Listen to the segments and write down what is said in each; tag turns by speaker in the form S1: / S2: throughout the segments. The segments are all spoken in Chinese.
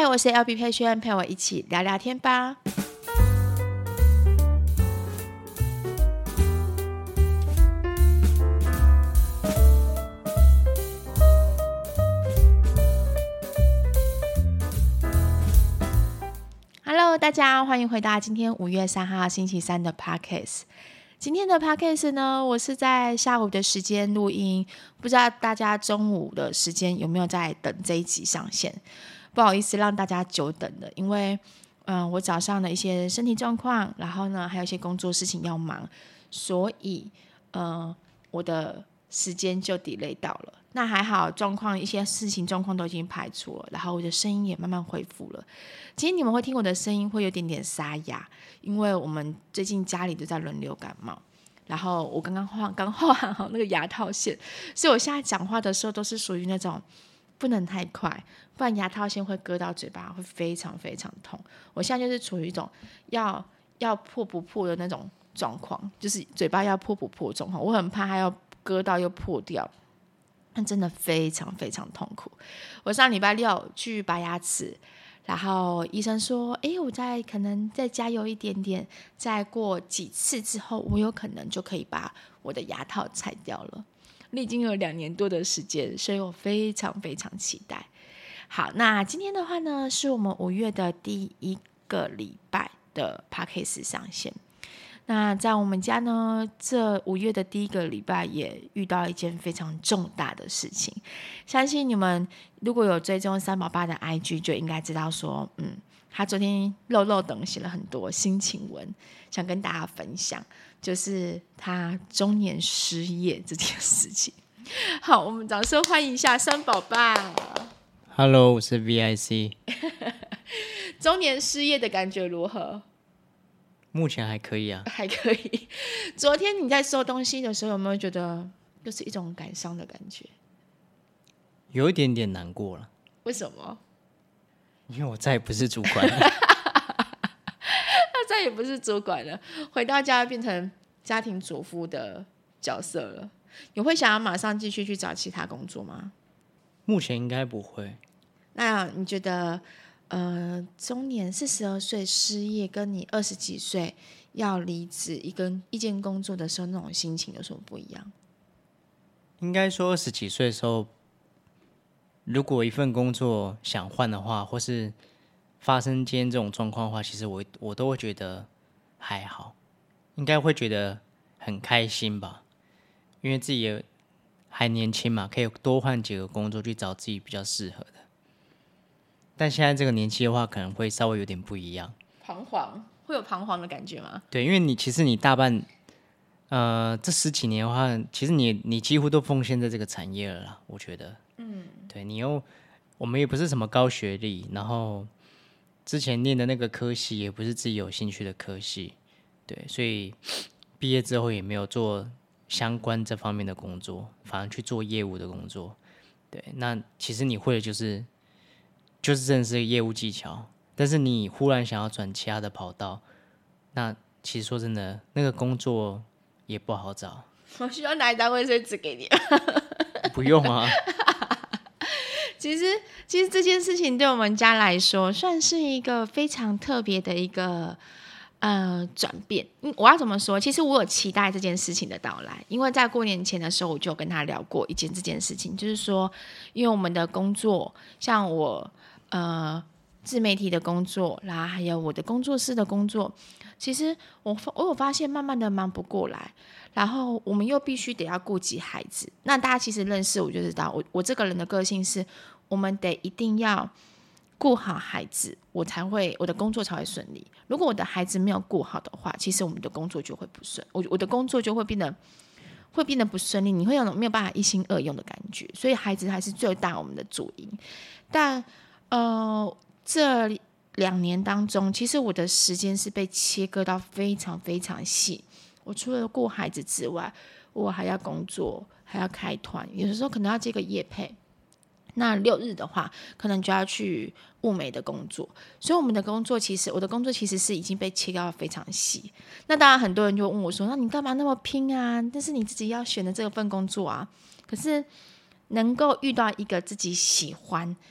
S1: 我是 LB 佩萱，陪我一起聊聊天吧。Hello， 大家欢迎回到今天5月3号星期三的 Podcast。今天的 Podcast 呢，我是在下午的时间录音，不知道大家中午的时间有没有在等这一集上线？不好意思让大家久等了，因为我早上的一些身体状况，然后呢还有一些工作事情要忙，所以我的时间就 delay 到了。那还好，一些事情状况都已经排除了，然后我的声音也慢慢恢复了。今天你们会听我的声音会有点点沙哑，因为我们最近家里都在轮流感冒，然后我刚画好那个牙套线，所以我现在讲话的时候都是属于那种不能太快，不然牙套线会割到嘴巴，会非常非常痛。我现在就是处于一种要破不破的那种状况，就是嘴巴要破不破的状况，我很怕它要割到又破掉，但真的非常非常痛苦。我上礼拜六去拔牙齿，然后医生说我可能再加油一点点，再过几次之后，我有可能就可以把我的牙套拆掉了。历经了2年多的时间，所以我非常非常期待。好，那今天的话呢，是我们5月的第一个礼拜的 Podcast 上线。那在我们家呢，这5月的第一个礼拜也遇到一件非常重大的事情。相信你们如果有追踪三宝爸的 IG， 就应该知道说，他昨天漏等写了很多心情文，想跟大家分享，就是他中年失业这件事情。好，我们掌声欢迎一下三宝爸。
S2: Hello， 我是 VIC。
S1: 中年失业的感觉如何？
S2: 目前还可以啊，
S1: 还可以。昨天你在收东西的时候，有没有觉得就是一种感伤的感觉？
S2: 有一点点难过了。
S1: 为什么？
S2: 因为我再也不是主管了。
S1: 他再也不是主管了，回到家变成家庭主妇的角色了。你会想要马上继续去找其他工作吗？
S2: 目前应该不会。
S1: 那你觉得中年42岁失业跟你20几岁要离职一件工作的时候那种心情有什么不一样？
S2: 应该说20几岁的时候，如果一份工作想换的话，或是发生今天这种状况的话，其实我都会觉得还好，应该会觉得很开心吧，因为自己也还年轻嘛，可以多换几个工作去找自己比较适合的。但现在这个年纪的话，可能会稍微有点不一样，
S1: 会有彷徨的感觉吗？
S2: 对，因为其实你大半这10几年的话，其实你几乎都奉献在这个产业了啦，我觉得，对，我们也不是什么高学历，然后之前念的那个科系也不是自己有兴趣的科系，对，所以毕业之后也没有做相关这方面的工作，反而去做业务的工作，对，那其实你会的就是真的是业务技巧，但是你忽然想要转其他的跑道，那其实说真的，那个工作也不好找。
S1: 我需要拿一张卫生纸给你。
S2: 不用啊。
S1: 其实这件事情对我们家来说，算是一个非常特别的一个转变。我要怎么说？其实我有期待这件事情的到来，因为在过年前的时候，我就有跟他聊过这件事情，就是说，因为我们的工作，像我自媒体的工作，然后还有我的工作室的工作，其实我有发现慢慢的忙不过来，然后我们又必须得要顾及孩子。那大家其实认识我就知道，我这个人的个性是，我们一定要顾好孩子，我的工作才会顺利。如果我的孩子没有顾好的话，其实我们的工作就会不顺，我的工作就会变得不顺利，你会没有办法一心二用的感觉。所以孩子还是最大我们的主因。但这2年当中，其实我的时间是被切割到非常非常细。我除了顾孩子之外，我还要工作，还要开团，有的时候可能要接个业配。那6日的话，可能就要去物美的工作。所以我的工作其实是已经被切割到非常细。那当然很多人就问我说，那你干嘛那么拼啊？但是你自己要选的这份工作啊。可是能够遇到一个自己喜欢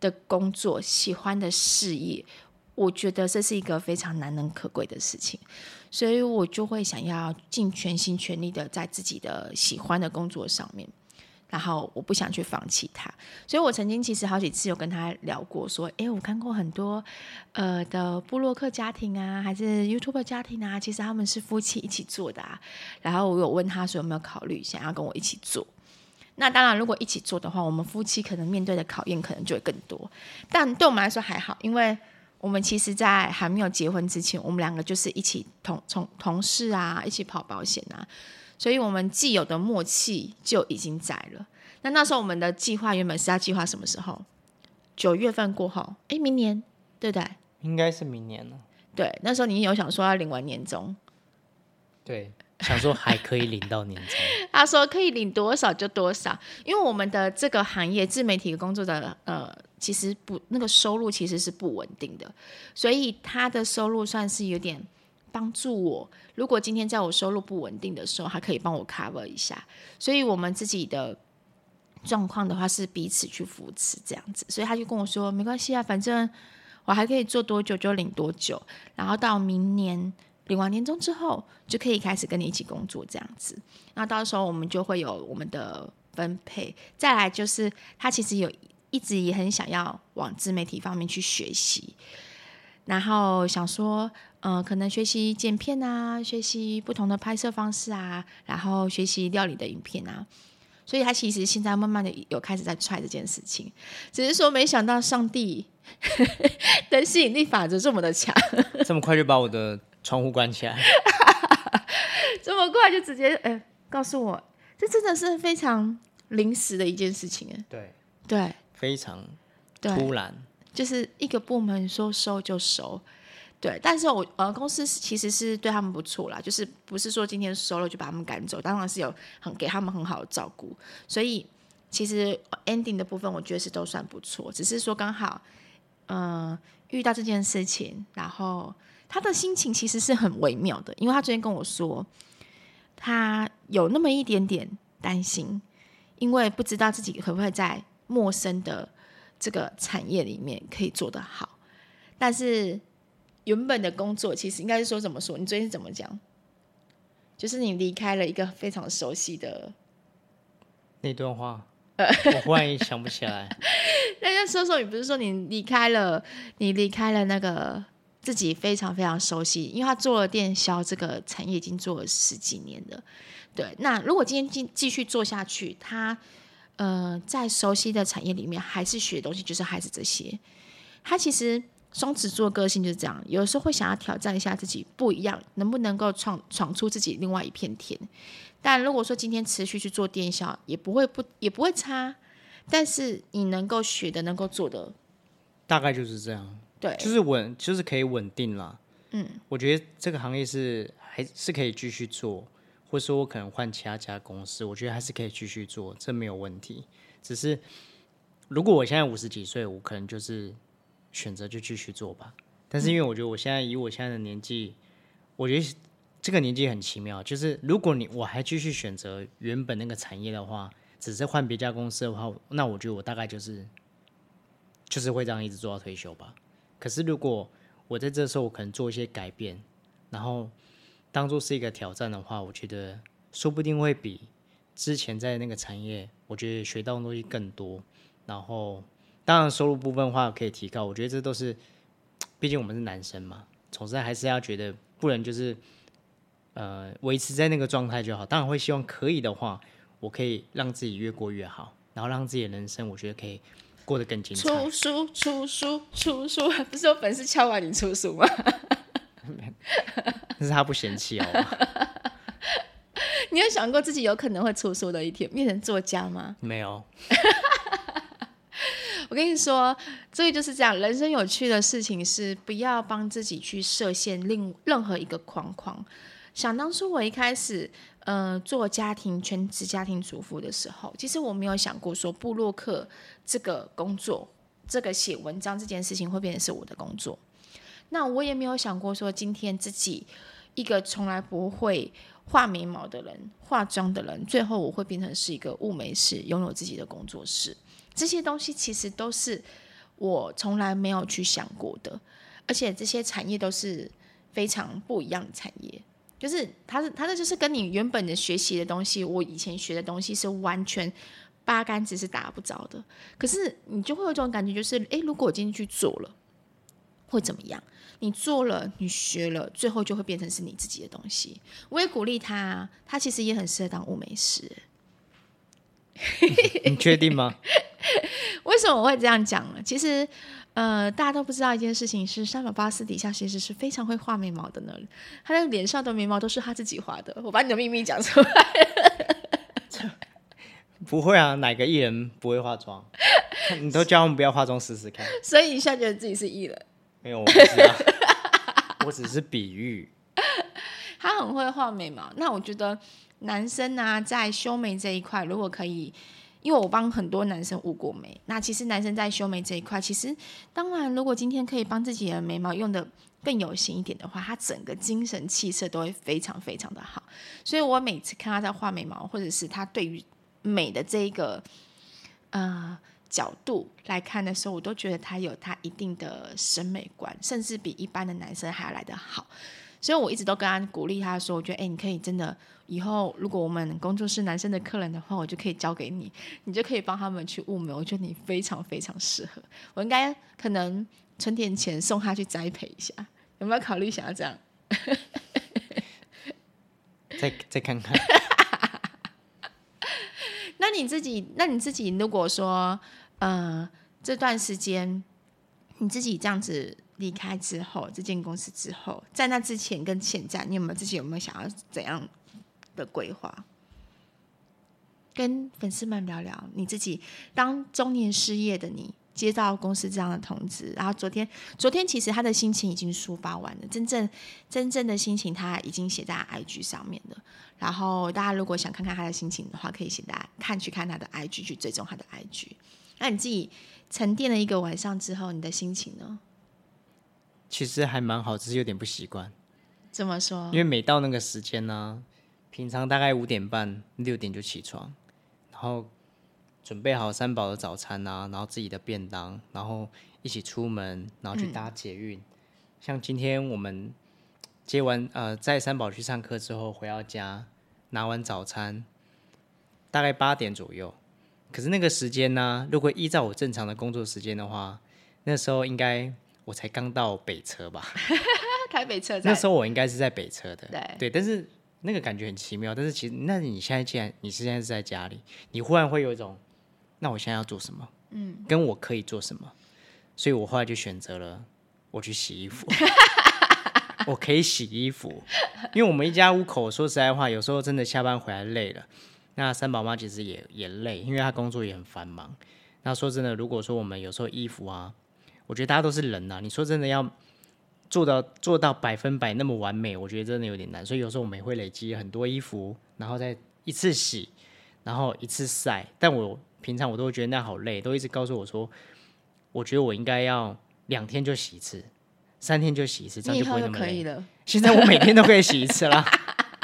S1: 的工作、喜欢的事业，我觉得这是一个非常难能可贵的事情，所以我就会想要尽全心全力的在自己的喜欢的工作上面，然后我不想去放弃它。所以我曾经其实好几次有跟他聊过说，我看过很多的部落客家庭啊，还是 YouTuber 家庭啊，其实他们是夫妻一起做的啊。然后我有问他说有没有考虑想要跟我一起做。那当然如果一起做的话，我们夫妻可能面对的考验可能就会更多，但对我们来说还好，因为我们其实在还没有结婚之前，我们两个就是一起同事啊，一起跑保险啊，所以我们既有的默契就已经在了。那时候我们的计划原本是要计划什么时候？9月份过后，明年对不对？
S2: 应该是明年了。
S1: 对，那时候你有想说要领完年终，
S2: 对，想说还可以领到年终。
S1: 他说可以领多少就多少，因为我们的这个行业自媒体工作的其实不那个收入其实是不稳定的，所以他的收入算是有点帮助我。如果今天在我收入不稳定的时候，他可以帮我 cover 一下，所以我们自己的状况的话是彼此去扶持这样子。所以他就跟我说没关系啊，反正我还可以做多久就领多久，然后到明年领完年终之后就可以开始跟你一起工作这样子。那到时候我们就会有我们的分配。再来就是他其实有一直也很想要往自媒体方面去学习，然后想说可能学习剪片啊，学习不同的拍摄方式啊，然后学习料理的影片啊，所以他其实现在慢慢的有开始在try这件事情，只是说没想到上帝的吸引力法则这么的强，
S2: 这么快就把我的窗户关起来，
S1: 这么快就直接告诉我，这真的是非常临时的一件事情。对，
S2: 非常突然，
S1: 就是一个部门说收就收。对，但是我公司其实是对他们不错啦，就是不是说今天收了就把他们赶走，当然是有给他们很好的照顾，所以其实 ending 的部分我觉得是都算不错，只是说刚好遇到这件事情，然后他的心情其实是很微妙的，因为他昨天跟我说他有那么一点点担心，因为不知道自己可不可以在陌生的这个产业里面可以做得好，但是原本的工作其实应该是说怎么说？你昨天是怎么讲？就是你离开了一个非常熟悉的
S2: 那段话，我忽然也想不起来。
S1: 那时候你不是说你离开了那个自己非常非常熟悉，因为他做了电销这个产业已经做了10几年了。对，那如果今天继续做下去，他在熟悉的产业里面还是学的东西，就是还是这些。他其实双子座个性就是这样，有时候会想要挑战一下自己不一样，能不能够闯出自己另外一片天。但如果说今天持续去做电销，也不会差，但是你能够学的、能够做的，
S2: 大概就是这样。
S1: 对，
S2: 就是可以稳定啦。我觉得这个行业还是可以继续做，或者说我可能换其他家公司，我觉得还是可以继续做，这没有问题。只是如果我现在50几岁，我可能就是选择就继续做吧。但是因为我觉得以我现在的年纪，我觉得这个年纪很奇妙，就是如果我还继续选择原本那个产业的话，只是换别家公司的话，那我觉得我大概就是会这样一直做到退休吧。可是如果我在这时候我可能做一些改变，然后当做是一个挑战的话，我觉得说不定会比之前在那个产业，我觉得学到的东西更多。然后当然收入部分的话可以提高，我觉得这都是，毕竟我们是男生嘛，总之还是要觉得不能就是维持在那个状态就好。当然会希望可以的话，我可以让自己越过越好，然后让自己的人生我觉得可以过得更精彩。
S1: 出书，不是有粉丝敲完你出书吗？
S2: 但是他不嫌弃好吗？
S1: 你有想过自己有可能会出书的一天，变成作家吗？
S2: 没有。
S1: 我跟你说，这个就是这样，人生有趣的事情是不要帮自己去设限任何一个框框。想当初我一开始做全职家庭主妇的时候，其实我没有想过说部落客这个工作，这个写文章这件事情会变成是我的工作。那我也没有想过说今天自己一个从来不会画眉毛的人、化妆的人，最后我会变成是一个雾眉师，拥有自己的工作室。这些东西其实都是我从来没有去想过的，而且这些产业都是非常不一样的产业。就是它的就是跟你原本的学习的东西，我以前学的东西是完全八竿子是打不着的。可是你就会有一种感觉，就是如果我今天去做了，会怎么样？你做了，你学了，最后就会变成是你自己的东西。我也鼓励他，他其实也很适合当物美师。
S2: 你确定吗？
S1: 为什么我会这样讲呢？其实，大家都不知道一件事情是，三宝爸私底下其实是非常会画眉毛的呢。他的脸上的眉毛都是他自己画的。我把你的秘密讲出来了。
S2: 不会啊，哪个艺人不会化妆？你都叫他们不要化妆试试看。
S1: 所以你现在觉得自己是艺人？
S2: 没有，我不知道，我只是比喻。
S1: 他很会画眉毛，那我觉得男生啊，在修眉这一块，如果可以。因为我帮很多男生雾过眉，那其实男生在修眉这一块，其实当然，如果今天可以帮自己的眉毛用的更有型一点的话，他整个精神气色都会非常非常的好。所以我每次看他在画眉毛，或者是他对于美的这一个角度来看的时候，我都觉得他有他一定的审美观，甚至比一般的男生还要来得好。所以我一直都跟他鼓励他说，我觉得你可以真的以后如果我们工作室男生的客人的话，我就可以交给你，你就可以帮他们去雾眉，我觉得你非常非常适合。我应该可能存点钱送他去栽培一下，有没有考虑想要这样？
S2: 再看看。
S1: 那你自己如果说这段时间你自己这样子离开之后，这间公司之后，在那之前跟现在，你自己有没有想要怎样的规划？跟粉丝们聊聊你自己当中年失业的你，接到公司这样的通知，然后昨天其实他的心情已经抒发完了，真正的心情他已经写在 IG 上面了。然后大家如果想看看他的心情的话，可以请大家去看他的 IG， 去追踪他的 IG。那你自己沉淀了一个晚上之后，你的心情呢？
S2: 其实还蛮好，只是有点不习惯。
S1: 怎么说？
S2: 因为每到那个时间呢，平常大概5点半、6点就起床，然后准备好三宝的早餐啊，然后自己的便当，然后一起出门，然后去搭捷运。像今天我们接完在三宝去上课之后回到家，拿完早餐，大概8点左右。可是那个时间呢，如果依照我正常的工作时间的话，那时候应该我才刚到北车吧。
S1: 台北车站。
S2: 那时候我应该是在北车的。
S1: 对，
S2: 但是那个感觉很奇妙。但是其实，那你现在既然你现在是在家里，你忽然会有一种，那我现在要做什么？跟我可以做什么？所以我后来就选择了我去洗衣服。我可以洗衣服，因为我们一家五口，说实在话，有时候真的下班回来累了。那三宝妈其实也累，因为她工作也很繁忙。那说真的，如果说我们有时候衣服啊，我觉得大家都是人啊，你说真的要做到100%那么完美，我觉得真的有点难。所以有时候我们也会累积很多衣服，然后再一次洗，然后一次晒。但我平常我都会觉得那好累，都一直告诉我说，我觉得我应该要2天就洗一次，3天就洗一次，这样就不会那么累。
S1: 你以后就可以了。
S2: 现在我每天都可以洗一次啦。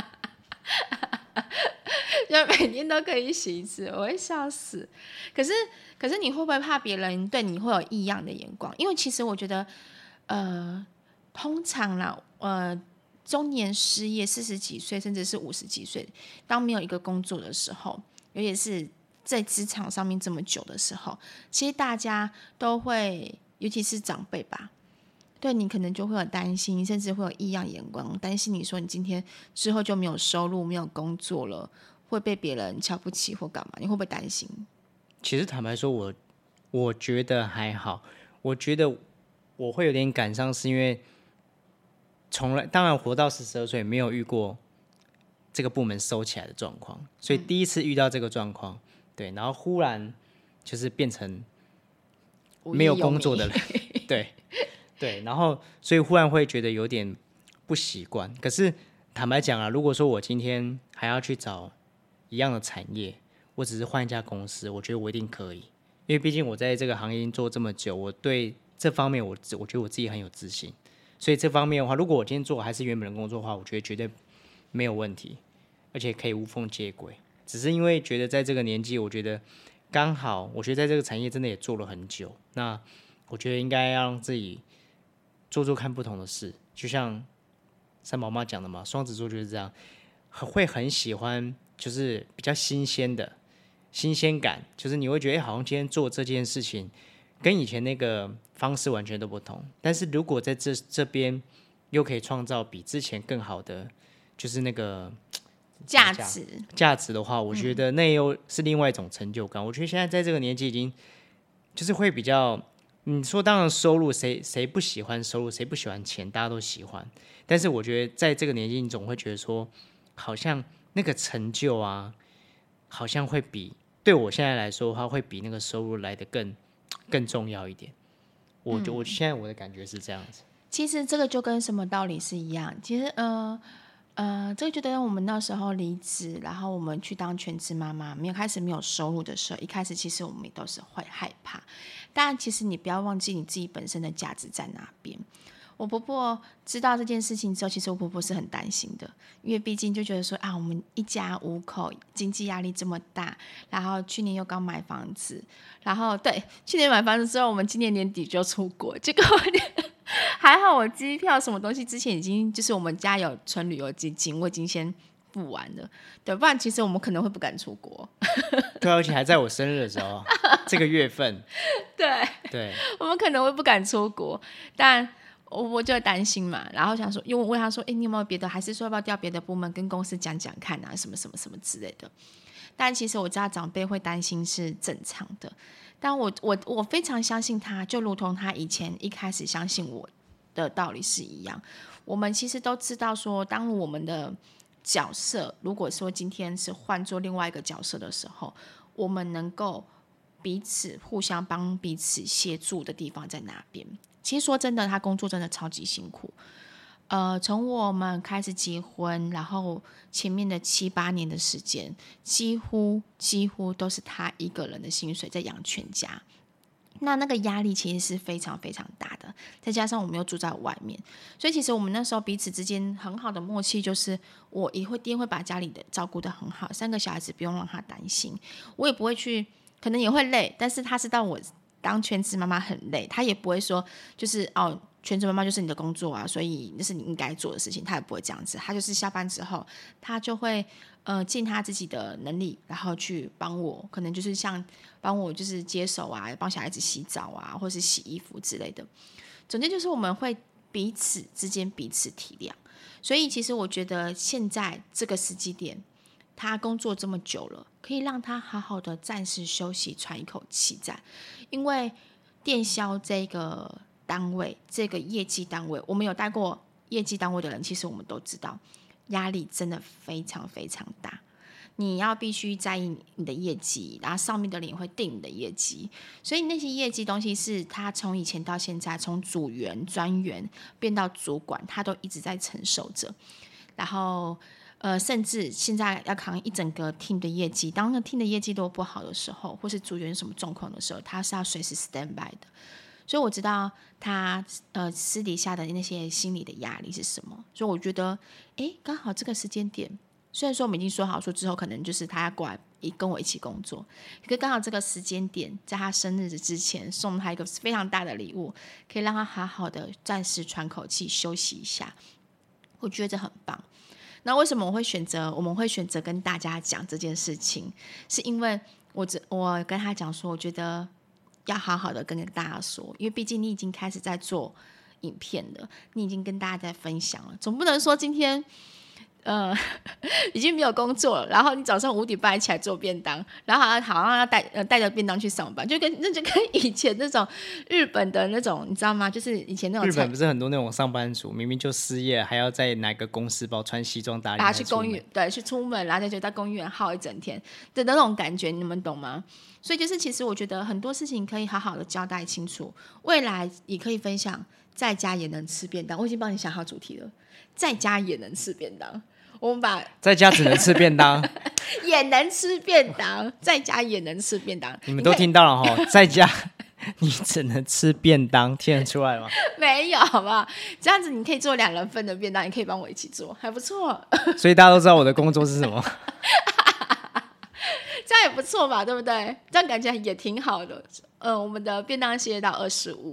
S1: 就每天都可以洗一次，我会笑死。可是你会不会怕别人对你会有异样的眼光？因为其实我觉得，通常啦，中年失业40几岁，甚至是50几岁，当没有一个工作的时候，尤其是在职场上面这么久的时候，其实大家都会，尤其是长辈吧，对你可能就会有担心，甚至会有异样眼光，担心你说你今天之后就没有收入、没有工作了。会被别人瞧不起或干嘛？你会不会担心？
S2: 其实坦白说，我觉得还好。我觉得我会有点感伤，是因为当然活到42岁，没有遇过这个部门收起来的状况，所以第一次遇到这个状况，对，然后忽然就是变成没有工作的人，对，然后所以忽然会觉得有点不习惯。可是坦白讲啊，如果说我今天还要去找一样的产业，我只是换一家公司，我觉得我一定可以，因为毕竟我在这个行业做这么久，我对这方面我觉得我自己很有自信，所以这方面的话，如果我今天做还是原本的工作的话，我觉得绝对没有问题，而且可以无缝接轨。只是因为觉得在这个年纪，我觉得刚好，我觉得在这个产业真的也做了很久，那我觉得应该要让自己做做看不同的事，就像三宝妈讲的嘛，双子座就是这样，会很喜欢就是比较新鲜的新鲜感，就是你会觉得好像今天做这件事情跟以前那个方式完全都不同，但是如果在这边又可以创造比之前更好的就是那个价值的话，我觉得那又是另外一种成就感。我觉得现在在这个年纪已经就是会比较，你说当然收入谁不喜欢收入，谁不喜欢钱，大家都喜欢。但是我觉得在这个年纪，你总会觉得说，好像那个成就啊，好像会比对我现在来说的话，会比那个收入来的更重要一点。我现在我的感觉是这样子。
S1: 其实这个就跟什么道理是一样。其实这个就等于我们那时候离职，然后我们去当全职妈妈，开始没有收入的时候，一开始其实我们也都是会害怕。但其实你不要忘记你自己本身的价值在哪边。我婆婆知道这件事情之后，其实我婆婆是很担心的，因为毕竟就觉得说啊，我们一家5口，经济压力这么大，然后去年又刚买房子，然后对，去年买房子之后，我们今年年底就出国，结果还好我机票什么东西之前已经就是我们家有存旅游基金，我已经先付完了，对，不然其实我们可能会不敢出国。
S2: 对，而且还在我生日的时候，这个月份，对，我
S1: 们可能会不敢出国，但我就会担心嘛，然后想说，因为我问他说，你有没有别的，还是说要不要调别的部门跟公司讲讲看啊，什么什么什么之类的。但其实我知道长辈会担心是正常的，但我非常相信他，就如同他以前一开始相信我的道理是一样。我们其实都知道说，当我们的角色如果说今天是换做另外一个角色的时候，我们能够彼此互相帮彼此协助的地方在哪边。其实说真的，他工作真的超级辛苦。从我们开始结婚，然后前面的7、8年的时间，几乎都是他一个人的薪水在养全家。那个压力其实是非常非常大的，再加上我们又住在外面，所以其实我们那时候彼此之间很好的默契就是，我一定会把家里的照顾得很好，3个小孩子不用让他担心，我也不会去，可能也会累，但是他知道我当全职妈妈很累，他也不会说就是全职妈妈就是你的工作啊，所以那是你应该做的事情，他也不会这样子，他就是下班之后他就会尽他自己的能力，然后去帮我，可能就是像帮我就是接手啊，帮小孩子洗澡啊，或是洗衣服之类的。总之就是我们会彼此之间彼此体谅，所以其实我觉得现在这个时机点，他工作这么久了，可以让他好好的暂时休息，喘一口气在。因为电销这个单位，这个业绩单位，我们有带过业绩单位的人，其实我们都知道压力真的非常非常大。你要必须在意你的业绩，然后上面的人也会定你的业绩，所以那些业绩东西是他从以前到现在，从组员、专员变到主管，他都一直在承受着。然后甚至现在要扛一整个 team 的业绩，当那个 team 的业绩都不好的时候，或是组员什么状况的时候，他是要随时 stand by 的。所以我知道他私底下的那些心理的压力是什么。所以我觉得，刚好这个时间点，虽然说我们已经说好说之后可能就是他要过来跟我一起工作，可是刚好这个时间点，在他生日之前送他一个非常大的礼物，可以让他好好的暂时喘口气休息一下，我觉得这很棒。那为什么我们会选择跟大家讲这件事情，是因为我跟他讲说，我觉得要好好的跟大家说，因为毕竟你已经开始在做影片了，你已经跟大家在分享了，总不能说今天已经没有工作了，然后你早上5点半起来做便当，然后好像要带着便当去上班，那就跟以前那种日本的那种，你知道吗？就是以前那种
S2: 日本不是很多那种上班族明明就失业，还要在哪个公司包穿西装打领带去公园，
S1: 对，去出门，然后就在公园耗一整天的那种感觉，你们懂吗？所以就是其实我觉得很多事情可以好好的交代清楚，未来也可以分享，在家也能吃便当。我已经帮你想好主题了，在家也能吃便当。我们把
S2: 在家只能吃便当
S1: 也能吃便当，在家也能吃便当，
S2: 你们都听到了齁，在家你只能吃便当，听得出来吗？
S1: 没有，好不好？这样子你可以做2人份的便当，你可以帮我一起做，还不错。
S2: 所以大家都知道我的工作是什么
S1: 这样也不错嘛，对不对？这样感觉也挺好的。 我们的便当系列到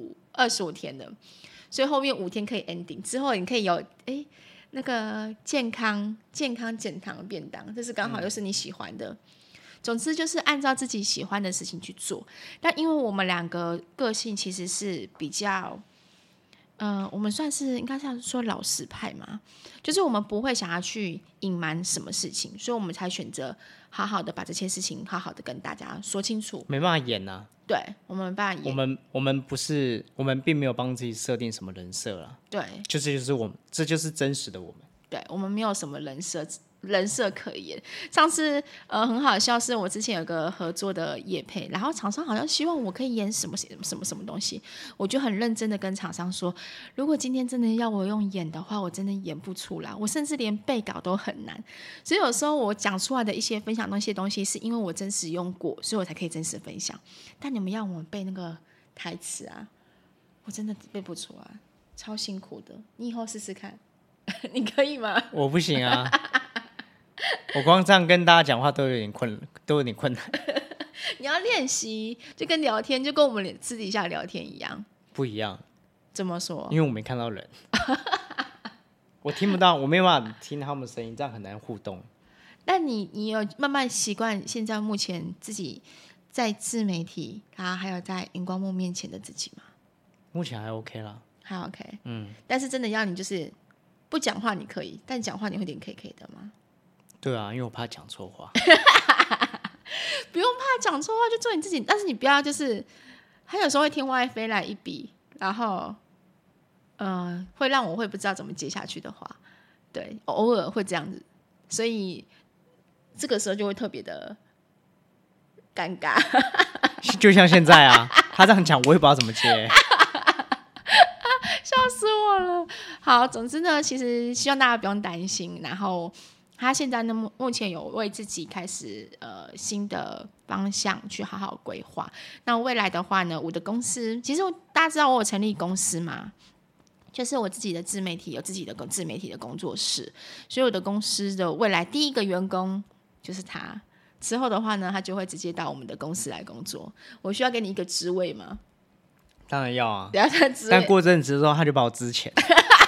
S1: 25天的，所以后面5天可以 ending， 之后你可以有那个健康减糖的便当，这是刚好又是你喜欢的。总之就是按照自己喜欢的事情去做。但因为我们两个个性其实是比较，我们算是应该像说老实派嘛，就是我们不会想要去隐瞒什么事情，所以我们才选择好好的把这些事情好好的跟大家说清楚。
S2: 没办法演啊，
S1: 对，我们没办法演。
S2: 我们不是，我们并没有帮自己设定什么人设啦。
S1: 对，
S2: 就是我们，这就是真实的我们。
S1: 对，我们没有什么人设可言。上次很好笑，是我之前有个合作的业配，然后厂商好像希望我可以演什么东西，我就很认真的跟厂商说，如果今天真的要我用演的话，我真的演不出来，我甚至连背稿都很难。所以有时候我讲出来的一些分享那些东西，是因为我真实用过，所以我才可以真实分享。但你们要我们背那个台词啊，我真的背不出来，超辛苦的。你以后试试看。你可以吗？
S2: 我不行啊，我光这样跟大家讲话都有点困难。
S1: 你要练习，就跟聊天，就跟我们私底下聊天一样。
S2: 不一样。
S1: 怎么说？
S2: 因为我没看到人，我听不到，我没有办法听他们的声音，这样很难互动。
S1: 那你有慢慢习惯现在目前自己在自媒体，还有在荧光幕面前的自己吗？
S2: 目前还 OK 啦，
S1: 还 OK。但是真的要你就是不讲话你可以，但讲话你会有点 KK 的吗？
S2: 对啊，因为我怕讲错话。
S1: 不用怕讲错话，就做你自己。但是你不要就是他有时候会天外飞来一笔，然后会让我会不知道怎么接下去的话，对，偶尔会这样子，所以这个时候就会特别的尴尬。
S2: 就像现在啊，他这样讲我也不知道怎么接。
S1: 笑死我了。好，总之呢，其实希望大家不用担心。然后他现在呢，目前有为自己开始新的方向去好好规划。那未来的话呢，我的公司其实大家知道我有成立公司嘛，就是我自己的自媒体有自己的自媒体的工作室，所以我的公司的未来第一个员工就是他。之后的话呢，他就会直接到我们的公司来工作。我需要给你一个职位吗？
S2: 当然要啊，
S1: 但
S2: 过阵子之后他就把我资遣。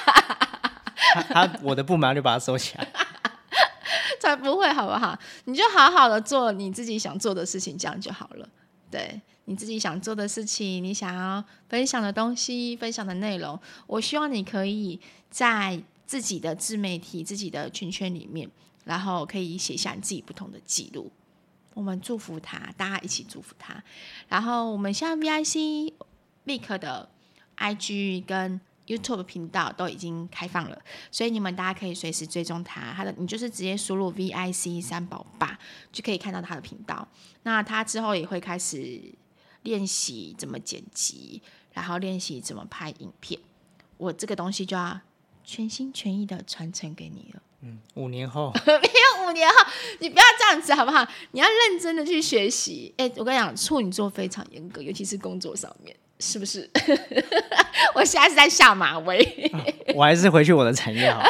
S2: 我的部门就把他收起来。
S1: 才不会好不好？你就好好的做你自己想做的事情，这样就好了。对，你自己想做的事情，你想要分享的东西，分享的内容，我希望你可以在自己的自媒体、自己的圈圈里面，然后可以写下你自己不同的记录。我们祝福他，大家一起祝福他。然后我们现在 VIC Vic 的 IG 跟 YouTube 频道都已经开放了，所以你们大家可以随时追踪他的，你就是直接输入 VIC 3宝8就可以看到他的频道。那他之后也会开始练习怎么剪辑，然后练习怎么拍影片。我这个东西就要全心全意的传承给你了。
S2: 5年后
S1: 没有5年后，你不要这样子好不好？你要认真的去学习。我跟你讲，处女座非常严格，尤其是工作上面，是不是？我现在是在下马威。
S2: 我还是回去我的产业好。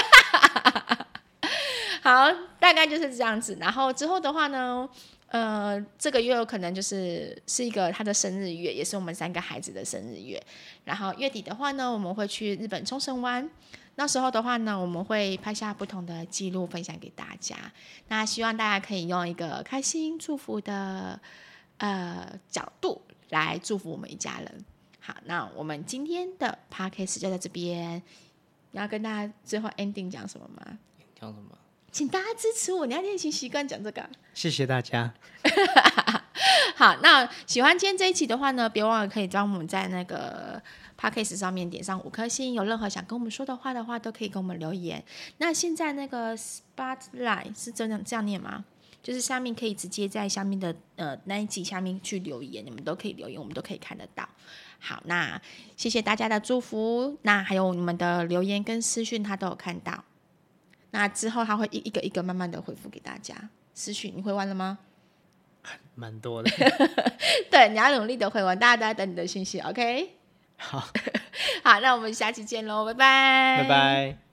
S1: 好，大概就是这样子。然后之后的话呢，这个月有可能是一个他的生日月，也是我们3个孩子的生日月。然后月底的话呢，我们会去日本冲绳玩。那时候的话呢，我们会拍下不同的记录分享给大家。那希望大家可以用一个开心祝福的角度来祝福我们一家人。好，那我们今天的 podcast 就在这边。你要跟大家最后 ending 讲什么吗？
S2: 讲什么？
S1: 请大家支持我，你要练习习惯讲这个。
S2: 谢谢大家。
S1: 好，那喜欢今天这一期的话呢，别忘了可以帮我们在那个 Podcast 上面点上5颗星。有任何想跟我们说的话都可以跟我们留言。那现在那个 Spotlight 是这样念吗？就是下面可以直接在下面的那一集下面去留言，你们都可以留言，我们都可以看得到。好，那谢谢大家的祝福，那还有你们的留言跟私讯他都有看到。那之后他会一个一个慢慢的回复给大家。私讯你回完了吗？
S2: 蛮多的。
S1: 对，你要努力的回完，大家都在等你的讯息 OK。
S2: 好，
S1: 好，那我们下期见咯，拜拜
S2: 拜拜。